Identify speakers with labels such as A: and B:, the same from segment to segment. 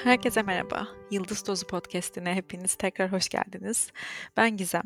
A: Herkese merhaba. Yıldız Tozu Podcast'ine hepiniz tekrar hoş geldiniz. Ben Gizem.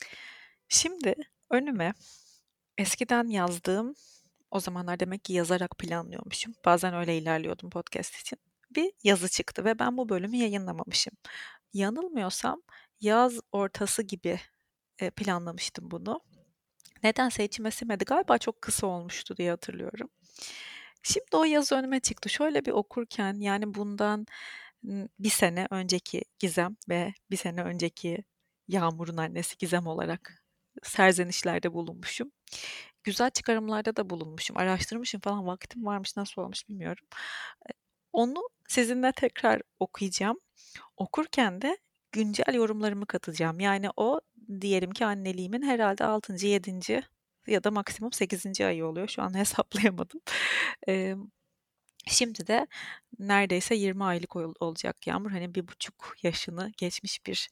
A: Şimdi önüme eskiden yazdığım, o zamanlar demek ki yazarak planlıyormuşum. Bazen öyle ilerliyordum podcast için. Bir yazı çıktı ve ben bu bölümü yayınlamamışım. Yanılmıyorsam yaz ortası gibi planlamıştım bunu. Nedense içime sinmedi. Galiba çok kısa olmuştu diye hatırlıyorum. Şimdi o yazı önüme çıktı. Şöyle bir okurken yani bundan bir sene önceki Gizem ve bir sene önceki Yağmur'un annesi Gizem olarak serzenişlerde bulunmuşum. Güzel çıkarımlarda da bulunmuşum. Araştırmışım falan. Vaktim varmış, nasıl olmuş bilmiyorum. E, Onu sizinle tekrar okuyacağım. Okurken de güncel yorumlarımı katacağım. Yani o diyelim ki anneliğimin herhalde 6. 7. ya da maksimum 8. ayı oluyor. Şu an hesaplayamadım. Emm, Şimdi de neredeyse 20 aylık olacak Yağmur. Hani 1,5 yaşını geçmiş bir,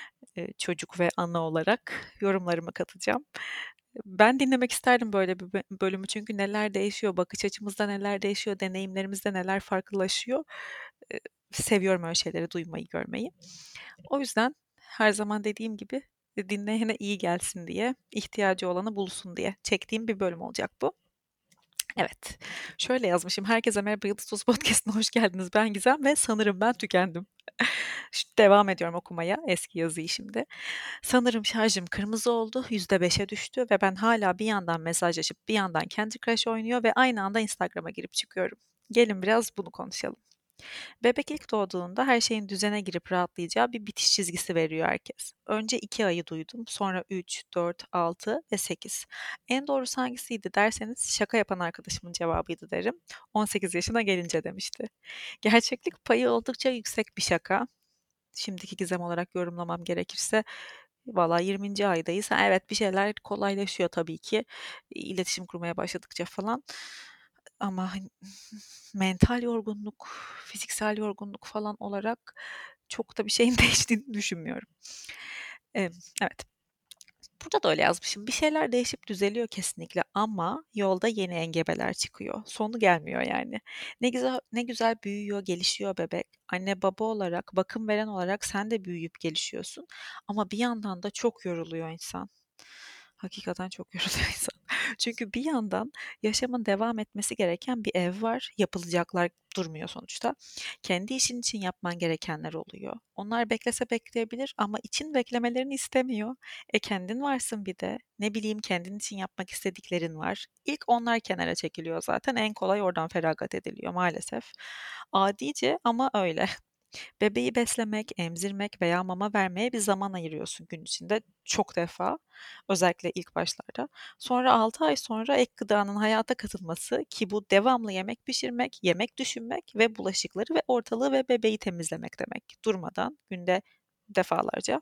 A: çocuk ve ana olarak yorumlarımı katacağım. Ben dinlemek isterdim böyle bir bölümü çünkü neler değişiyor, bakış açımızda neler değişiyor, deneyimlerimizde neler farklılaşıyor. Eee, Seviyorum öyle şeyleri duymayı, görmeyi. O yüzden her zaman dediğim gibi, dinleyene iyi gelsin diye, ihtiyacı olanı bulsun diye çektiğim bir bölüm olacak bu. Evet, şöyle yazmışım: "Herkese merhaba, Yıldız Tozu Podcast'ına hoş geldiniz. Ben Gizem ve sanırım ben tükendim." Devam ediyorum okumaya eski yazıyı şimdi. "Sanırım şarjım kırmızı oldu, %5'e düştü ve ben hala bir yandan mesajlaşıp bir yandan Candy Crush oynuyor ve aynı anda Instagram'a girip çıkıyorum. Gelin biraz bunu konuşalım." Bebek ilk doğduğunda her şeyin düzene girip rahatlayacağı bir bitiş çizgisi veriyor herkes. Önce 2 ayı duydum, sonra 3, 4, 6 ve 8. En doğrusu hangisiydi derseniz şaka yapan arkadaşımın cevabıydı derim. 18 yaşına gelince demişti. Gerçeklik payı oldukça yüksek bir şaka. Şimdiki Gizem olarak yorumlamam gerekirse valla 20. aydayız. Ha, evet, bir şeyler kolaylaşıyor tabii ki iletişim kurmaya başladıkça falan. Ama hani mental yorgunluk, fiziksel yorgunluk falan olarak çok da bir şeyin değiştiğini düşünmüyorum. Emm, evet. Burada da öyle yazmışım. Bir şeyler değişip düzeliyor kesinlikle ama yolda yeni engebeler çıkıyor. Sonu gelmiyor yani. Ne güzel büyüyor, gelişiyor bebek. Anne baba olarak, bakım veren olarak sen de büyüyüp gelişiyorsun ama bir yandan da çok yoruluyor insan. Hakikaten çok yoruluyor insan. Çünkü bir yandan yaşamın devam etmesi gereken bir ev var. Yapılacaklar durmuyor sonuçta. Kendi işin için yapman gerekenler oluyor. Onlar beklese bekleyebilir ama için beklemelerini istemiyor. Kendin varsın bir de. Ne bileyim, kendin için yapmak istediklerin var. İlk onlar kenara çekiliyor zaten. En kolay oradan feragat ediliyor maalesef. Adice ama öyle. Bebeği beslemek, emzirmek veya mama vermeye bir zaman ayırıyorsun gün içinde çok defa, özellikle ilk başlarda. Sonra 6 ay sonra ek gıdanın hayata katılması ki bu devamlı yemek pişirmek, yemek düşünmek ve bulaşıkları ve ortalığı ve bebeği temizlemek demek durmadan günde defalarca.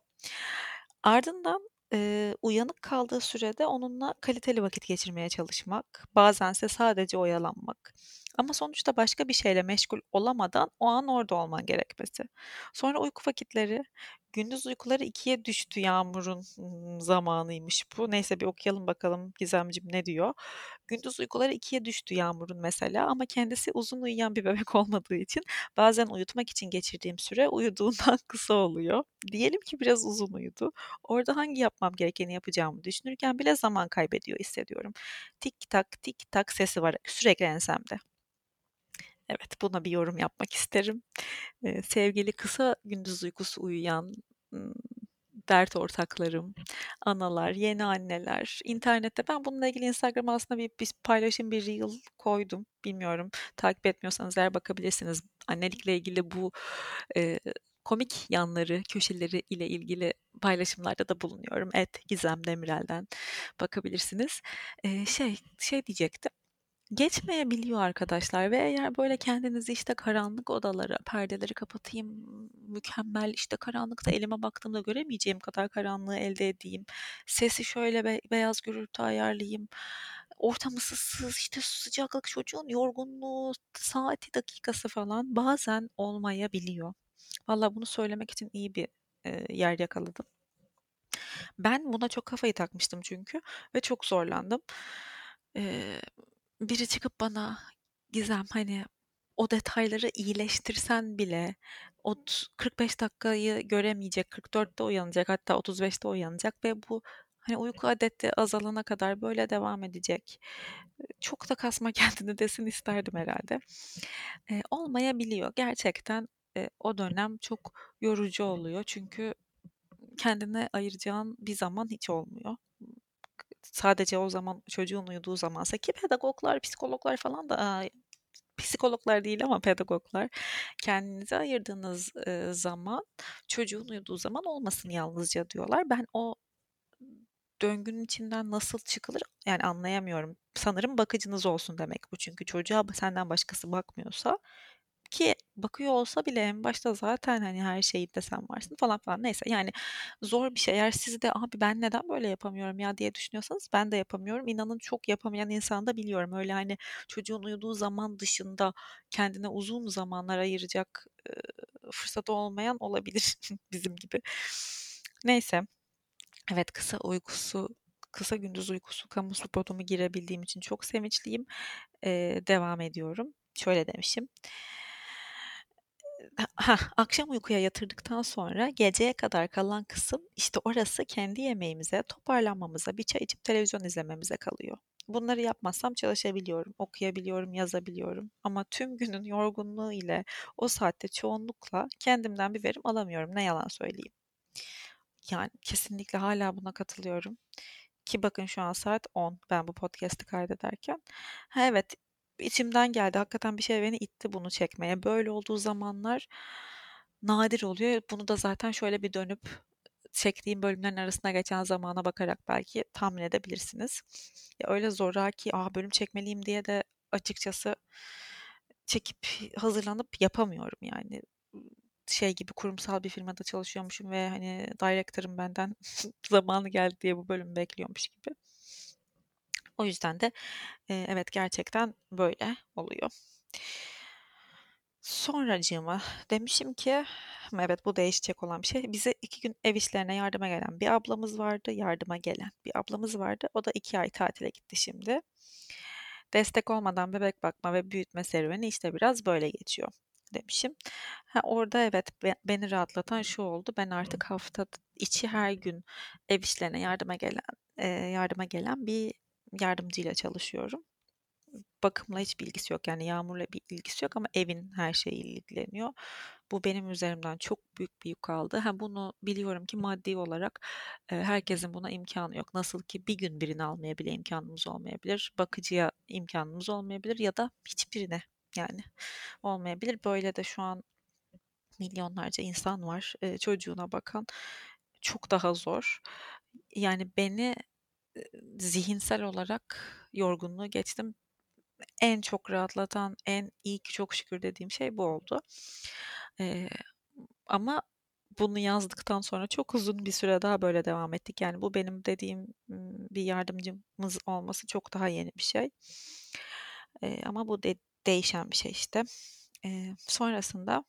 A: Ardından, uyanık kaldığı sürede onunla kaliteli vakit geçirmeye çalışmak, bazense sadece oyalanmak ama sonuçta başka bir şeyle meşgul olamadan o an orada olman gerekmesi. Sonra uyku vakitleri, gündüz uykuları 2'ye düştü Yağmur'un, zamanıymış bu. Neyse bir okuyalım bakalım Gizemciğim ne diyor? Gündüz uykuları 2'ye düştü Yağmur'un mesela ama kendisi uzun uyuyan bir bebek olmadığı için bazen uyutmak için geçirdiğim süre uyuduğundan kısa oluyor. Diyelim ki biraz uzun uyudu. Orada hangi yapmam gerekeni yapacağımı düşünürken bile zaman kaybediyor hissediyorum. Tik tak, tik tak sesi var sürekli ensemde. Evet, buna bir yorum yapmak isterim. Sevgili kısa gündüz uykusu uyuyan, ımm, dert ortaklarım, analar, yeni anneler, internette ben bununla ilgili Instagram'a aslında bir paylaşım, bir reel koydum. Bilmiyorum, takip etmiyorsanız eğer bakabilirsiniz. Annelikle ilgili bu, eee, komik yanları, köşeleri ile ilgili paylaşımlarda da bulunuyorum. @Gizem Demirel'den bakabilirsiniz. Şey diyecektim. Geçmeyebiliyor arkadaşlar ve eğer böyle kendinizi işte karanlık odalara, perdeleri kapatayım, mükemmel işte karanlıkta elime baktığımda göremeyeceğim kadar karanlığı elde edeyim, sesi şöyle beyaz gürültü ayarlayayım, ortam ısıtsız, işte sıcaklık, çocuğun yorgunluğu, saati dakikası falan bazen olmayabiliyor. Valla bunu söylemek için iyi bir yer yakaladım. Ben buna çok kafayı takmıştım çünkü ve çok zorlandım. Eee, Biri çıkıp bana, "Gizem, hani, o detayları iyileştirsen bile 45 dakikayı göremeyecek, 44'te uyanacak, hatta 35'te uyanacak ve bu hani uyku adeti azalana kadar böyle devam edecek. Çok da kasma kendini desin isterdim herhalde. Olmayabiliyor. Gerçekten o dönem çok yorucu oluyor. Çünkü kendine ayıracağın bir zaman hiç olmuyor. Sadece o zaman çocuğun uyuduğu zamansa, ki pedagoglar, psikologlar falan da psikologlar değil ama pedagoglar, kendinize ayırdığınız zaman çocuğun uyuduğu zaman olmasın yalnızca diyorlar. Ben o döngünün içinden nasıl çıkılır yani anlayamıyorum. Sanırım bakıcınız olsun demek bu, çünkü çocuğa senden başkası bakmıyorsa, ki bakıyor olsa bile en başta zaten hani her şeyinde sen varsın falan falan, neyse yani zor bir şey. Eğer siz de abi ben neden böyle yapamıyorum ya diye düşünüyorsanız, ben de yapamıyorum. İnanın çok yapamayan insan da biliyorum. Öyle hani çocuğun uyuduğu zaman dışında kendine uzun zamanlar ayıracak fırsatı olmayan olabilir bizim gibi. Neyse, evet, kısa gündüz uykusu kamu spotumu girebildiğim için çok sevinçliyim. Devam ediyorum. Şöyle demişim. Akşam uykuya yatırdıktan sonra geceye kadar kalan kısım, işte orası kendi yemeğimize, toparlanmamıza, bir çay içip televizyon izlememize kalıyor. Bunları yapmazsam çalışabiliyorum, okuyabiliyorum, yazabiliyorum. Ama tüm günün yorgunluğu ile o saatte çoğunlukla kendimden bir verim alamıyorum. Ne yalan söyleyeyim. Yani kesinlikle hala buna katılıyorum. Ki bakın şu an saat 10. Ben bu podcast'i kaydederken. Ha, evet, içimden geldi. Hakikaten bir şey beni itti bunu çekmeye. Böyle olduğu zamanlar nadir oluyor. Bunu da zaten şöyle bir dönüp çektiğim bölümlerin arasına geçen zamana bakarak belki tahmin edebilirsiniz. Ya öyle zoraki, bölüm çekmeliyim diye de açıkçası çekip hazırlanıp yapamıyorum yani. Şey gibi, kurumsal bir firmada çalışıyormuşum ve hani director'ım benden zamanı geldi diye bu bölümü bekliyormuş gibi. O yüzden de evet, gerçekten böyle oluyor. Sonracığıma demişim ki, evet, bu değişecek olan bir şey. Bize 2 gün ev işlerine yardıma gelen bir ablamız vardı. Yardıma gelen bir ablamız vardı. O da 2 ay tatile gitti şimdi. Destek olmadan bebek bakma ve büyütme serüveni işte biraz böyle geçiyor demişim. Ha, orada evet, beni rahatlatan şu oldu. Ben artık hafta içi her gün ev işlerine yardıma gelen bir yardımcıyla çalışıyorum. Bakımla hiçbir ilgisi yok. Yani Yağmur'la bir ilgisi yok ama evin her şeyiyle ilgileniyor. Bu benim üzerimden çok büyük bir yük aldı. Ha, bunu biliyorum ki maddi olarak herkesin buna imkanı yok. Nasıl ki bir gün birini almaya bile imkanımız olmayabilir. Bakıcıya imkanımız olmayabilir ya da hiçbirine yani olmayabilir. Böyle de şu an milyonlarca insan var çocuğuna bakan. Çok daha zor. Yani beni zihinsel olarak yorgunluğu geçtim. En çok rahatlatan, en iyi ki çok şükür dediğim şey bu oldu. Eee, Ama bunu yazdıktan sonra çok uzun bir süre daha böyle devam ettik. Yani bu benim dediğim bir yardımcımız olması çok daha yeni bir şey. Ama bu değişen bir şey işte. Sonrasında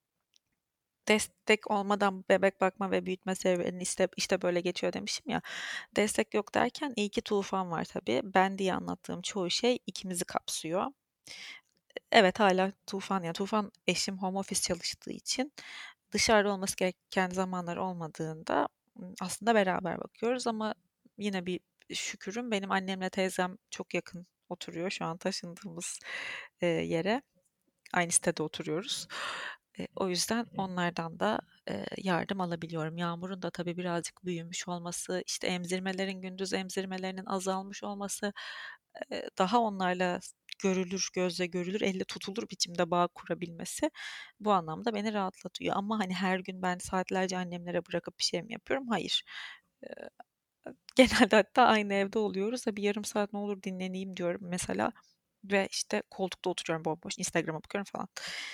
A: destek olmadan bebek bakma ve büyütme serüveni işte böyle geçiyor demişim ya. Destek yok derken iyi ki Tufan var tabii. Ben diye anlattığım çoğu şey ikimizi kapsıyor. Evet, hala Tufan, ya Tufan eşim home office çalıştığı için dışarıda olması gereken zamanlar olmadığında aslında beraber bakıyoruz ama yine bir şükürüm, benim annemle teyzem çok yakın oturuyor şu an taşındığımız yere. Aynı sitede oturuyoruz. O yüzden onlardan da yardım alabiliyorum. Yağmur'un da tabii birazcık büyümüş olması, işte emzirmelerin, gündüz emzirmelerinin azalmış olması, daha onlarla görülür, gözle görülür, elle tutulur biçimde bağ kurabilmesi bu anlamda beni rahatlatıyor. Ama hani her gün ben saatlerce annemlere bırakıp bir şey mi yapıyorum? Hayır. Eee, Genelde hatta aynı evde oluyoruz da bir yarım saat ne olur dinleneyim diyorum mesela ve işte koltukta oturuyorum bomboş, Instagram'a bakıyorum falan.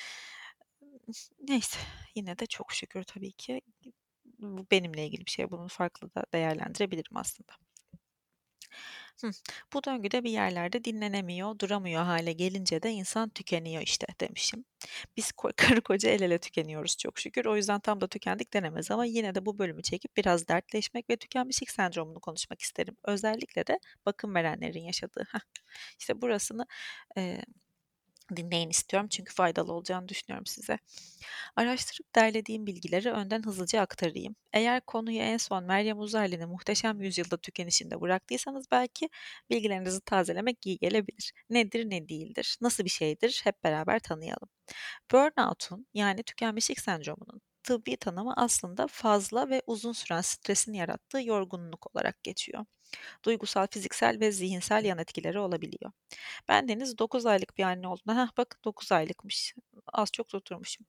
A: Neyse, yine de çok şükür tabii ki. Bu benimle ilgili bir şey. Bunu farklı da değerlendirebilirim aslında. Hıh. Bu döngüde bir yerlerde dinlenemiyor, duramıyor hale gelince de insan tükeniyor işte demişim. Biz karı koca el ele tükeniyoruz çok şükür. O yüzden tam da tükendik denemez ama yine de bu bölümü çekip biraz dertleşmek ve tükenmişlik sendromunu konuşmak isterim. Özellikle de bakım verenlerin yaşadığı. İşte burasını eee Dinleyin istiyorum çünkü faydalı olacağını düşünüyorum size. Araştırıp derlediğim bilgileri önden hızlıca aktarayım. Eğer konuyu en son Meryem Uzerli'nin Muhteşem Yüzyılda Tükenişinde bıraktıysanız belki bilgilerinizi tazelemek iyi gelebilir. Nedir, ne değildir, nasıl bir şeydir hep beraber tanıyalım. Burnout'un yani tükenmişlik sendromunun tıbbi tanımı aslında fazla ve uzun süren stresin yarattığı yorgunluk olarak geçiyor. Duygusal, fiziksel ve zihinsel yan etkileri olabiliyor. Bendeniz 9 aylık bir anne olduğunda, hah bak 9 aylıkmış, az çok tutturmuşum.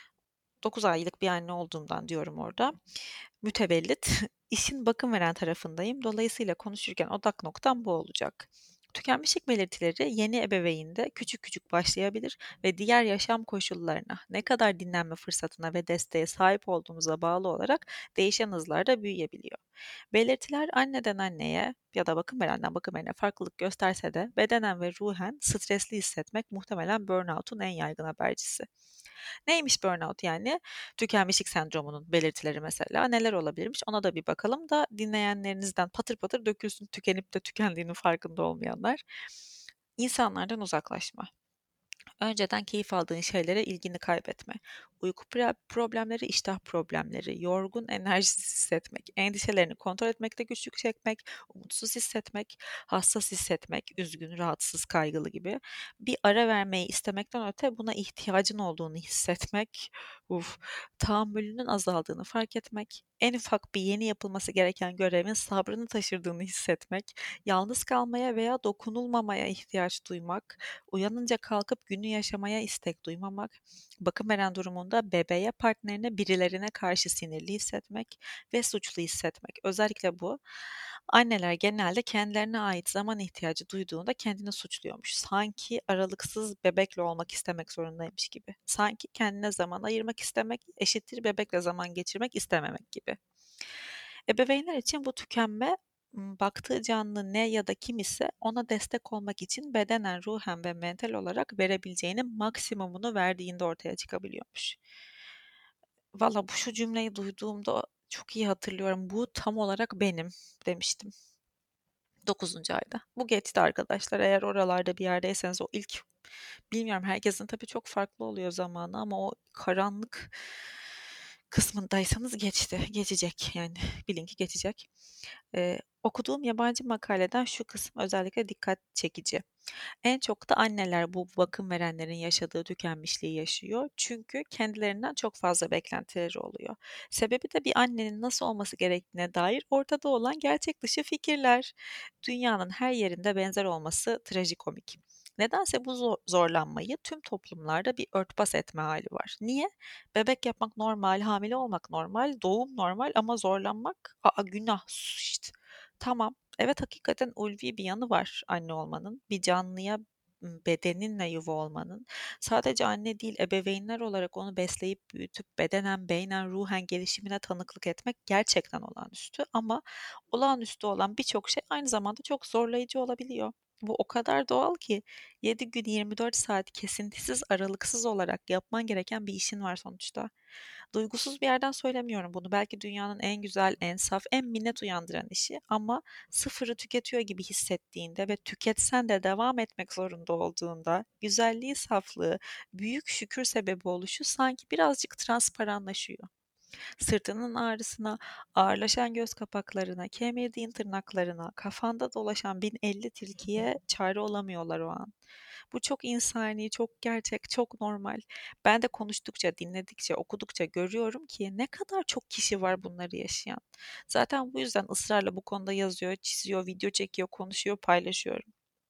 A: 9 aylık bir anne olduğumdan diyorum orada. Mütevellit, işin bakım veren tarafındayım. Dolayısıyla konuşurken odak noktam bu olacak. Tükenmişlik belirtileri yeni ebeveynde küçük küçük başlayabilir ve diğer yaşam koşullarına, ne kadar dinlenme fırsatına ve desteğe sahip olduğumuza bağlı olarak değişen hızlarda büyüyebiliyor. Belirtiler anneden anneye ya da bakım verenden bakım verene farklılık gösterse de bedenen ve ruhen stresli hissetmek muhtemelen burnout'un en yaygın habercisi. Neymiş burnout yani? Tükenmişlik sendromunun belirtileri mesela neler olabilirmiş ona da bir bakalım da dinleyenlerinizden patır patır dökülsün tükenip de tükendiğinin farkında olmayanlar. İnsanlardan uzaklaşma. Önceden keyif aldığın şeylere ilgini kaybetme, uyku problemleri, iştah problemleri, yorgun, enerjisiz hissetmek, endişelerini kontrol etmekte güçlük çekmek, umutsuz hissetmek, hassas hissetmek, üzgün, rahatsız, kaygılı gibi bir ara vermeyi istemekten öte buna ihtiyacın olduğunu hissetmek, uf, tahammülünün azaldığını fark etmek, en ufak bir yeni yapılması gereken görevin sabrını taşırdığını hissetmek, yalnız kalmaya veya dokunulmamaya ihtiyaç duymak, uyanınca kalkıp günü yaşamaya istek duymamak, bakım veren durumunda bebeğe, partnerine, birilerine karşı sinirli hissetmek ve suçlu hissetmek. Özellikle bu. Anneler genelde kendilerine ait zaman ihtiyacı duyduğunda kendini suçluyormuş. Sanki aralıksız bebekle olmak istemek zorundaymış gibi. Sanki kendine zaman ayırmak istemek eşittir bebekle zaman geçirmek istememek gibi. Ebeveynler için bu tükenme baktığı canlı ne ya da kim ise ona destek olmak için bedenen, ruhen ve mental olarak verebileceğinin maksimumunu verdiğinde ortaya çıkabiliyormuş. Valla şu cümleyi duyduğumda çok iyi hatırlıyorum. Bu tam olarak benim demiştim 9. ayda. Bu geçti arkadaşlar. Eğer oralarda bir yerdeyseniz o ilk bilmiyorum herkesin tabii çok farklı oluyor zamanı ama o karanlık kısmındaysanız geçti. Geçecek yani bilin ki geçecek. Okuduğum yabancı makaleden şu kısım özellikle dikkat çekici. En çok da anneler bu bakım verenlerin yaşadığı tükenmişliği yaşıyor. Çünkü kendilerinden çok fazla beklentileri oluyor. Sebebi de bir annenin nasıl olması gerektiğine dair ortada olan gerçek dışı fikirler. Dünyanın her yerinde benzer olması trajikomik. Nedense bu zorlanmayı tüm toplumlarda bir örtbas etme hali var. Niye? Bebek yapmak normal, hamile olmak normal, doğum normal ama zorlanmak, günah. Şşt. Tamam. Evet, hakikaten ulvi bir yanı var anne olmanın. Bir canlıya bedeninle yuva olmanın. Sadece anne değil, ebeveynler olarak onu besleyip büyütüp bedenen, beynen, ruhen gelişimine tanıklık etmek gerçekten olağanüstü. Ama olağanüstü olan birçok şey aynı zamanda çok zorlayıcı olabiliyor. Bu o kadar doğal ki 7 gün 24 saat kesintisiz aralıksız olarak yapman gereken bir işin var sonuçta. Duygusuz bir yerden söylemiyorum bunu. Belki dünyanın en güzel, en saf, en minnet uyandıran işi ama sıfırı tüketiyor gibi hissettiğinde ve tüketsen de devam etmek zorunda olduğunda güzelliği, saflığı, büyük şükür sebebi oluşu sanki birazcık transparanlaşıyor. Sırtının ağrısına, ağırlaşan göz kapaklarına, kemirdiğin tırnaklarına, kafanda dolaşan 1050 tilkiye çare olamıyorlar o an. Bu çok insani, çok gerçek, çok normal. Ben de konuştukça, dinledikçe, okudukça görüyorum ki ne kadar çok kişi var bunları yaşayan. Zaten bu yüzden ısrarla bu konuda yazıyor, çiziyor, video çekiyor, konuşuyor, paylaşıyorum.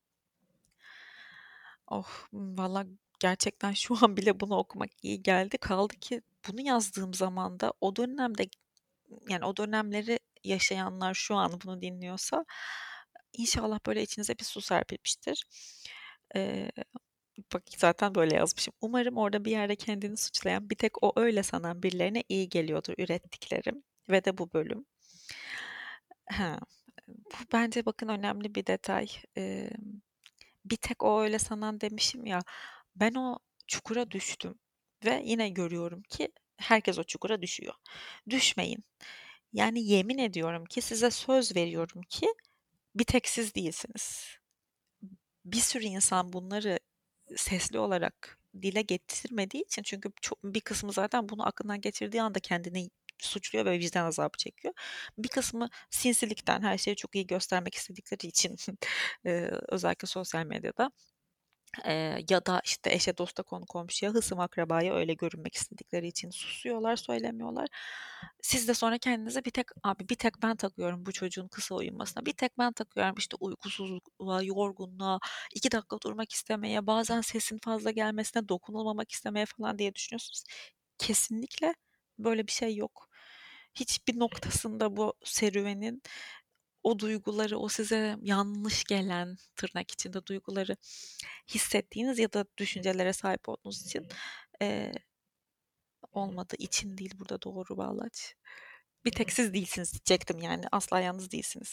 A: Oh, valla gerçekten şu an bile bunu okumak iyi geldi. Kaldı ki bunu yazdığım zaman da o dönemde yani o dönemleri yaşayanlar şu an bunu dinliyorsa inşallah böyle içinize bir su serpilmiştir. Eee, bak zaten böyle yazmışım. Umarım orada bir yerde kendini suçlayan bir tek o öyle sanan birilerine iyi geliyordur ürettiklerim ve de bu bölüm. Ha, bu bence bakın önemli bir detay. Bir tek o öyle sanan demişim ya. Ben o çukura düştüm ve yine görüyorum ki herkes o çukura düşüyor. Düşmeyin. Yani yemin ediyorum ki size söz veriyorum ki bir tek siz değilsiniz. Bir sürü insan bunları sesli olarak dile getirmediği için, çünkü bir kısmı zaten bunu aklından geçirdiği anda kendini suçluyor ve vicdan azabı çekiyor. Bir kısmı sinsilikten, her şeyi çok iyi göstermek istedikleri için özellikle sosyal medyada ya da işte eşe, dosta, konu komşuya, hısım akrabaya öyle görünmek istedikleri için susuyorlar, söylemiyorlar. Siz de sonra kendinize bir tek ben takıyorum bu çocuğun kısa uyumasına. Bir tek ben takıyorum işte uykusuzluğa, yorgunluğa, 2 dakika durmak istemeye, bazen sesin fazla gelmesine, dokunulmamak istemeye falan diye düşünüyorsunuz. Kesinlikle böyle bir şey yok. Hiçbir noktasında bu serüvenin o duyguları, o size yanlış gelen, tırnak içinde duyguları hissettiğiniz ya da düşüncelere sahip olduğunuz için eee, olmadığı için değil burada doğru bağlaç. Bir tek siz değilsiniz diyecektim yani. Asla yalnız değilsiniz.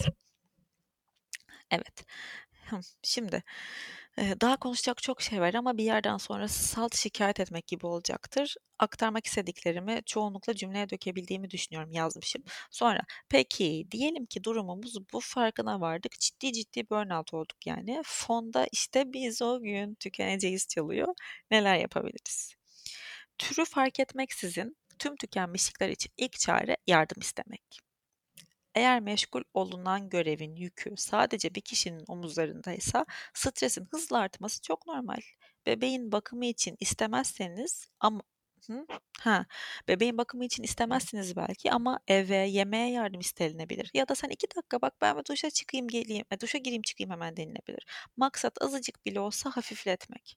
A: Evet. Şimdi daha konuşacak çok şey var ama bir yerden sonra salt şikayet etmek gibi olacaktır. Aktarmak istediklerimi çoğunlukla cümleye dökebildiğimi düşünüyorum, yazmışım. Sonra peki diyelim ki durumumuz bu, farkına vardık. Ciddi ciddi burnout olduk yani. Fonda işte biz o gün tükeneceğiz çalıyor. Neler yapabiliriz? Türü fark etmeksizin tüm tükenmişlikler için ilk çare yardım istemek. Eğer meşgul olunan görevin yükü sadece bir kişinin omuzlarındaysa stresin hızla artması çok normal. Bebeğin bakımı için istemezseniz ama Hı? Ha, bebeğin bakımı için istemezsiniz belki ama eve, yemeğe yardım istenilebilir. Ya da sen 2 dakika bak, ben bir duşa çıkayım geleyim, duşa gireyim çıkayım hemen denilebilir. Maksat azıcık bile olsa hafifletmek.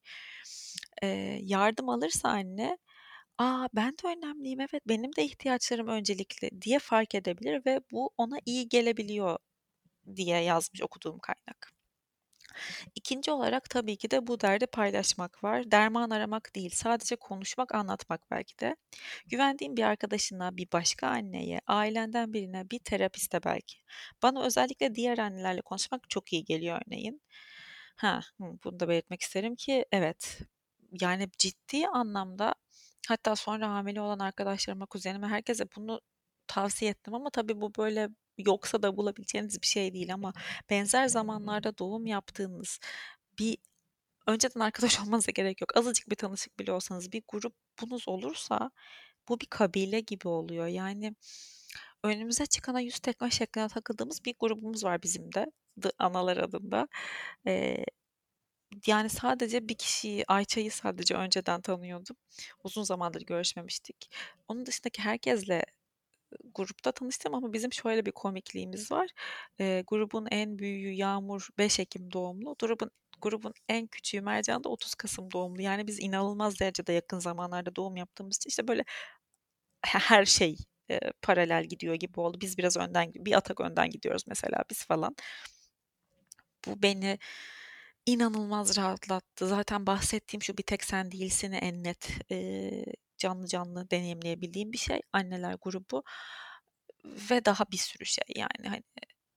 A: Yardım alırsa anne, ben de önemliyim, evet, benim de ihtiyaçlarım öncelikli diye fark edebilir ve bu ona iyi gelebiliyor diye yazmış okuduğum kaynak. İkinci olarak tabii ki de bu derdi paylaşmak var. Derman aramak değil, sadece konuşmak, anlatmak belki de. Güvendiğin bir arkadaşına, bir başka anneye, ailenden birine, bir terapiste belki. Bana özellikle diğer annelerle konuşmak çok iyi geliyor örneğin. Bunu da belirtmek isterim ki evet, yani ciddi anlamda, hatta sonra hamile olan arkadaşlarıma, kuzenime, herkese bunu tavsiye ettim ama tabii bu böyle yoksa da bulabileceğiniz bir şey değil ama benzer zamanlarda doğum yaptığınız bir, önceden arkadaş olmanıza gerek yok. Azıcık bir tanışık bile olsanız, bir grubunuz olursa bu bir kabile gibi oluyor. Yani önümüze çıkana yüz tekme şeklinde takıldığımız bir grubumuz var bizim de. The Analar adında. Ee, Yani sadece bir kişiyi, Ayça'yı sadece önceden tanıyordum. Uzun zamandır görüşmemiştik. Onun dışındaki herkesle grupta tanıştım ama bizim şöyle bir komikliğimiz var. Grubun en büyüğü Yağmur 5 Ekim doğumlu. Grubun en küçüğü Mercan da 30 Kasım doğumlu. Yani biz inanılmaz derecede yakın zamanlarda doğum yaptığımız için işte böyle her şey paralel gidiyor gibi oldu. Biz biraz önden, bir atak önden gidiyoruz mesela biz falan. Bu beni inanılmaz rahatlattı. Zaten bahsettiğim şu bir tek sen değilsini en net canlı canlı deneyimleyebildiğim bir şey. Anneler grubu ve daha bir sürü şey, yani hani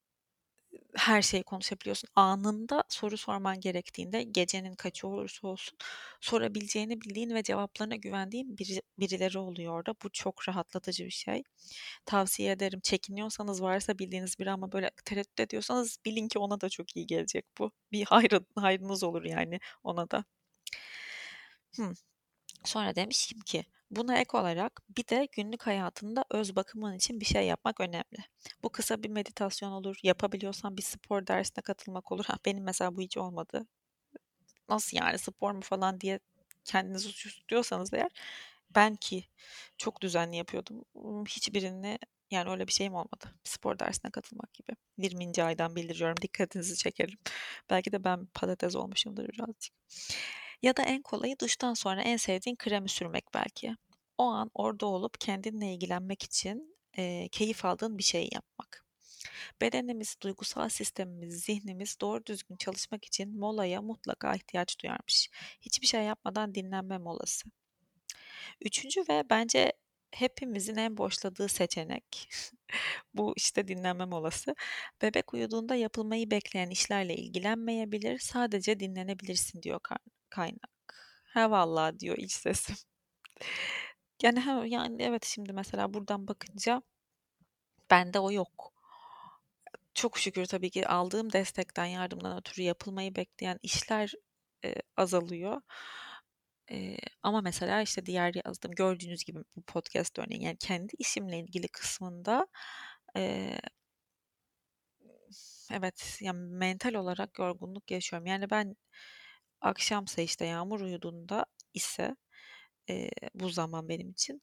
A: her şeyi konuşabiliyorsun. Anında soru sorman gerektiğinde, gecenin kaçı olursa olsun sorabileceğini bildiğin ve cevaplarına güvendiğin birileri oluyor orada. Bu çok rahatlatıcı bir şey. Tavsiye ederim. Çekiniyorsanız, varsa bildiğiniz biri ama böyle tereddüt ediyorsanız, bilin ki ona da çok iyi gelecek bu. Bir hayrınız olur yani ona da. Hımm. Sonra demişim ki buna ek olarak bir de günlük hayatında öz bakımın için bir şey yapmak önemli. Bu kısa bir meditasyon olur, yapabiliyorsan bir spor dersine katılmak olur. Benim mesela bu hiç olmadı. Nasıl yani, spor mu falan diye kendinizi suçluyorsanız eğer, ben ki çok düzenli yapıyordum. Hiçbirini, yani öyle bir şeyim olmadı. Spor dersine katılmak gibi. 20. aydan bildiriyorum, dikkatinizi çekerim. Belki de ben patates olmuşumdur birazcık. Ya da en kolayı, duştan sonra en sevdiğin kremi sürmek belki. O an orada olup kendinle ilgilenmek için keyif aldığın bir şey yapmak. Bedenimiz, duygusal sistemimiz, zihnimiz doğru düzgün çalışmak için molaya mutlaka ihtiyaç duyarmış. Hiçbir şey yapmadan dinlenme molası. Üçüncü ve bence hepimizin en boşladığı seçenek bu işte dinlenme molası. Bebek uyuduğunda yapılmayı bekleyen işlerle ilgilenmeyebilir, sadece dinlenebilirsin diyor kaynak. He vallahi diyor iç sesim. Yani evet, şimdi mesela buradan bakınca bende o yok. Çok şükür tabii ki aldığım destekten, yardımdan ötürü yapılmayı bekleyen işler azalıyor. Ama mesela işte diğer yazdığım gördüğünüz gibi bu podcast örneğin yani kendi işimle ilgili kısmında eee, evet yani mental olarak yorgunluk yaşıyorum. Yani ben akşamsa işte Yağmur uyuduğunda ise bu zaman benim için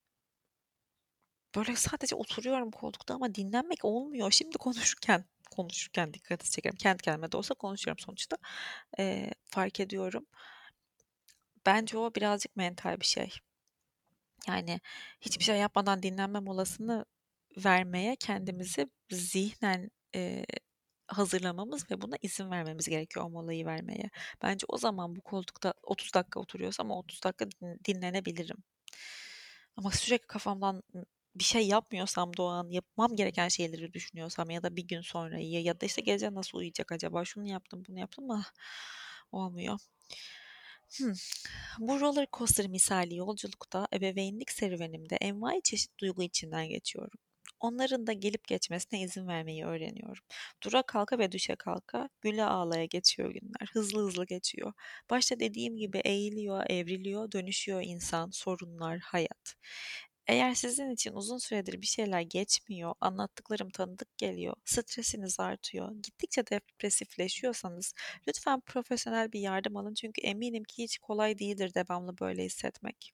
A: böyle sadece oturuyorum koltukta ama dinlenmek olmuyor. Şimdi konuşurken dikkati çekerim. Kendi kendime de olsa konuşuyorum sonuçta. Fark ediyorum. Bence o birazcık mental bir şey. Yani hiçbir şey yapmadan dinlenme molasını vermeye kendimizi zihnen hazırlamamız ve buna izin vermemiz gerekiyor o molayı vermeye. Bence o zaman bu koltukta 30 dakika oturuyorsam o 30 dakika dinlenebilirim. Ama sürekli kafamdan bir şey yapmıyorsam da o an yapmam gereken şeyleri düşünüyorsam ya da bir gün sonrayı ya da işte gece nasıl uyuyacak acaba şunu yaptım bunu yaptım mı olmuyor. Hmm. Bu roller coaster misali yolculukta ebeveynlik serüvenimde envai çeşit duygu içinden geçiyorum. Onların da gelip geçmesine izin vermeyi öğreniyorum. Dura kalka ve düşe kalka, güle ağlaya geçiyor günler. Hızlı hızlı geçiyor. Başta dediğim gibi eğiliyor, evriliyor, dönüşüyor insan, sorunlar, hayat. Eğer sizin için uzun süredir bir şeyler geçmiyor, anlattıklarım tanıdık geliyor, stresiniz artıyor, gittikçe depresifleşiyorsanız lütfen profesyonel bir yardım alın çünkü eminim ki hiç kolay değildir devamlı böyle hissetmek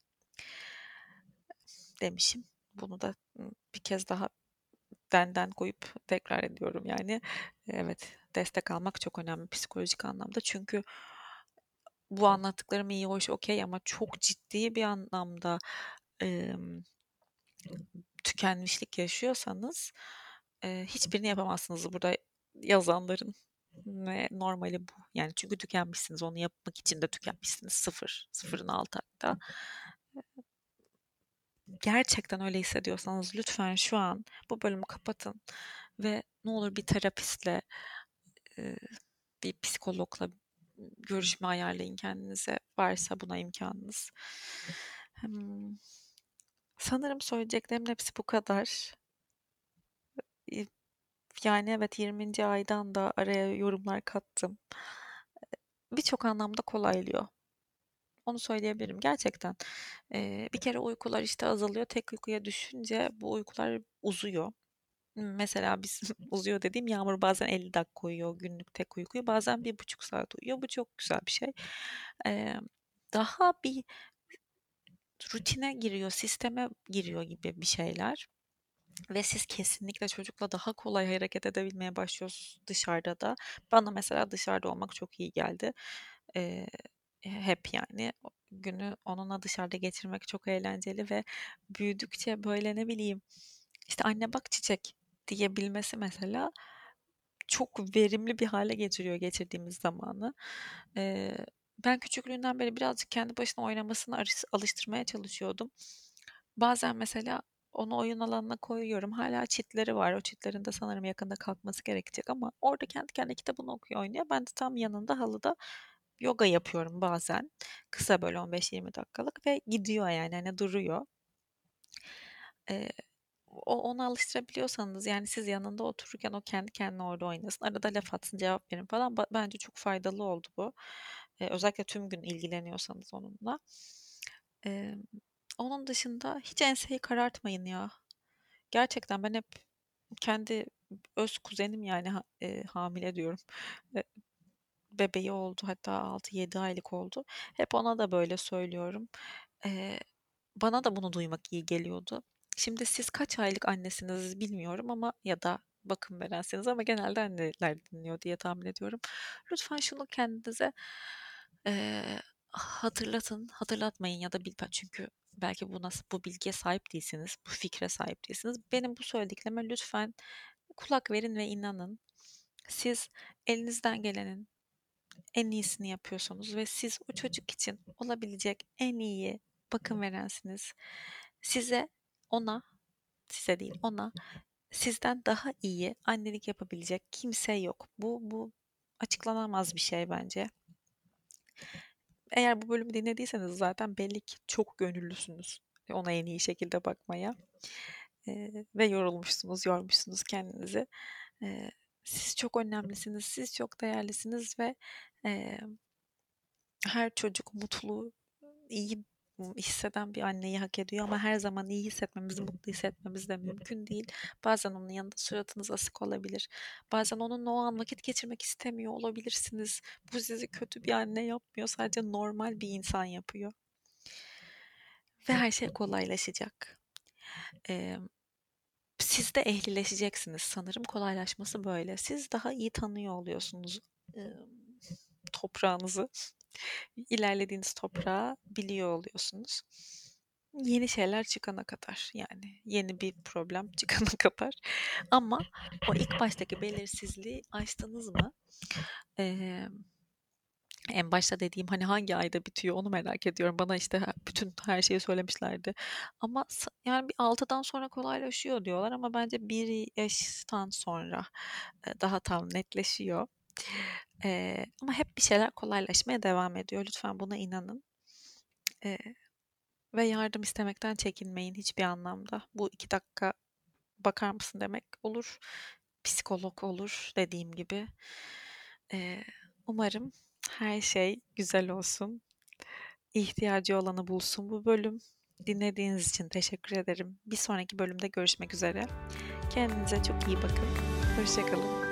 A: demişim. Bunu da bir kez daha benden koyup tekrar ediyorum yani. Evet, destek almak çok önemli psikolojik anlamda. Çünkü bu anlattıklarım iyi, hoş, okey ama çok ciddi bir anlamda em, tükenmişlik yaşıyorsanız hiçbirini yapamazsınız burada yazanların. Ve normali bu. Yani çünkü tükenmişsiniz. Onu yapmak için de tükenmişsiniz. Sıfır. Sıfırın altı hatta. Gerçekten öyle hissediyorsanız lütfen şu an bu bölümü kapatın ve ne olur bir terapistle, e, bir psikologla görüşme ayarlayın kendinize. Varsa buna imkanınız. Hmm, sanırım söyleyeceklerimin hepsi bu kadar. E, Yani evet 20. aydan da araya yorumlar kattım. Birçok anlamda kolaylıyor. Onu söyleyebilirim gerçekten. Bir kere uykular işte azalıyor. Tek uykuya düşünce bu uykular uzuyor. Mesela biz uzuyor dediğim Yağmur bazen 50 dakika uyuyor günlük tek uykuyu. Bazen 1,5 saat uyuyor. Bu çok güzel bir şey. Eee, daha bir rutine giriyor, sisteme giriyor gibi bir şeyler. Ve siz kesinlikle çocukla daha kolay hareket edebilmeye başlıyorsunuz dışarıda da. Bana mesela dışarıda olmak çok iyi geldi. Eee, hep yani günü onunla dışarıda geçirmek çok eğlenceli ve büyüdükçe böyle ne bileyim işte anne bak çiçek diyebilmesi mesela çok verimli bir hale getiriyor geçirdiğimiz zamanı. Eee, ben küçüklüğünden beri birazcık kendi başına oynamasını alıştırmaya çalışıyordum. Bazen mesela onu oyun alanına koyuyorum. Hala çitleri var. O çitlerin de sanırım yakında kalkması gerekecek ama orada kendi kendine kitabını okuyor, oynuyor. Ben de tam yanında halıda yoga yapıyorum bazen. Kısa böyle 15-20 dakikalık ve gidiyor yani hani duruyor. Eee, ona alıştırabiliyorsanız yani siz yanında otururken o kendi kendine orada oynasın. Arada laf atsın, cevap verin falan. Bence çok faydalı oldu bu. Özellikle tüm gün ilgileniyorsanız onunla. Eee, onun dışında hiç enseyi karartmayın ya. Gerçekten ben hep kendi öz kuzenim yani hamile diyorum. E, bebeği oldu hatta 6-7 aylık oldu. Hep ona da böyle söylüyorum. Eee, bana da bunu duymak iyi geliyordu. Şimdi siz kaç aylık annesiniz bilmiyorum ama ya da bakım verensiniz ama genelde anneler dinliyor diye tahmin ediyorum. Lütfen şunu kendinize hatırlatmayın ya da çünkü belki bu bilgiye sahip değilsiniz, bu fikre sahip değilsiniz. Benim bu söylediklerime lütfen kulak verin ve inanın. Siz elinizden gelenin en iyisini yapıyorsunuz ve siz o çocuk için olabilecek en iyi bakım verensiniz. Size, ona, size değil ona, sizden daha iyi annelik yapabilecek kimse yok. Bu açıklanamaz bir şey bence. Eğer bu bölümü dinlediyseniz zaten belli ki çok gönüllüsünüz ona en iyi şekilde bakmaya. Ve yormuşsunuz kendinizi. Eee, siz çok önemlisiniz, siz çok değerlisiniz ve eee, Her çocuk mutlu, iyi hisseden bir anneyi hak ediyor ama her zaman iyi hissetmemiz, mutlu hissetmemiz de mümkün değil. Bazen onun yanında suratınız asık olabilir. Bazen onunla o an vakit geçirmek istemiyor olabilirsiniz. Bu sizi kötü bir anne yapmıyor, sadece normal bir insan yapıyor. Ve her şey kolaylaşacak. Eee, Siz de ehlileşeceksiniz. Sanırım kolaylaşması böyle. Siz daha iyi tanıyor oluyorsunuz eee, toprağınızı. İlerlediğiniz toprağı biliyor oluyorsunuz. Yeni şeyler çıkana kadar, yani yeni bir problem çıkana kadar. Ama o ilk baştaki belirsizliği aştınız mı? Eee, En başta dediğim hani hangi ayda bitiyor onu merak ediyorum. Bana işte bütün her şeyi söylemişlerdi. Ama yani bir 6'dan sonra kolaylaşıyor diyorlar ama bence 1 yaştan sonra daha tam netleşiyor. Ama hep bir şeyler kolaylaşmaya devam ediyor. Lütfen buna inanın. Eee, Ve yardım istemekten çekinmeyin hiçbir anlamda. Bu 2 dakika bakar mısın demek olur. Psikolog olur dediğim gibi. Eee, Umarım her şey güzel olsun. İhtiyacı olanı bulsun bu bölüm. Dinlediğiniz için teşekkür ederim. Bir sonraki bölümde görüşmek üzere. Kendinize çok iyi bakın. Hoşça kalın.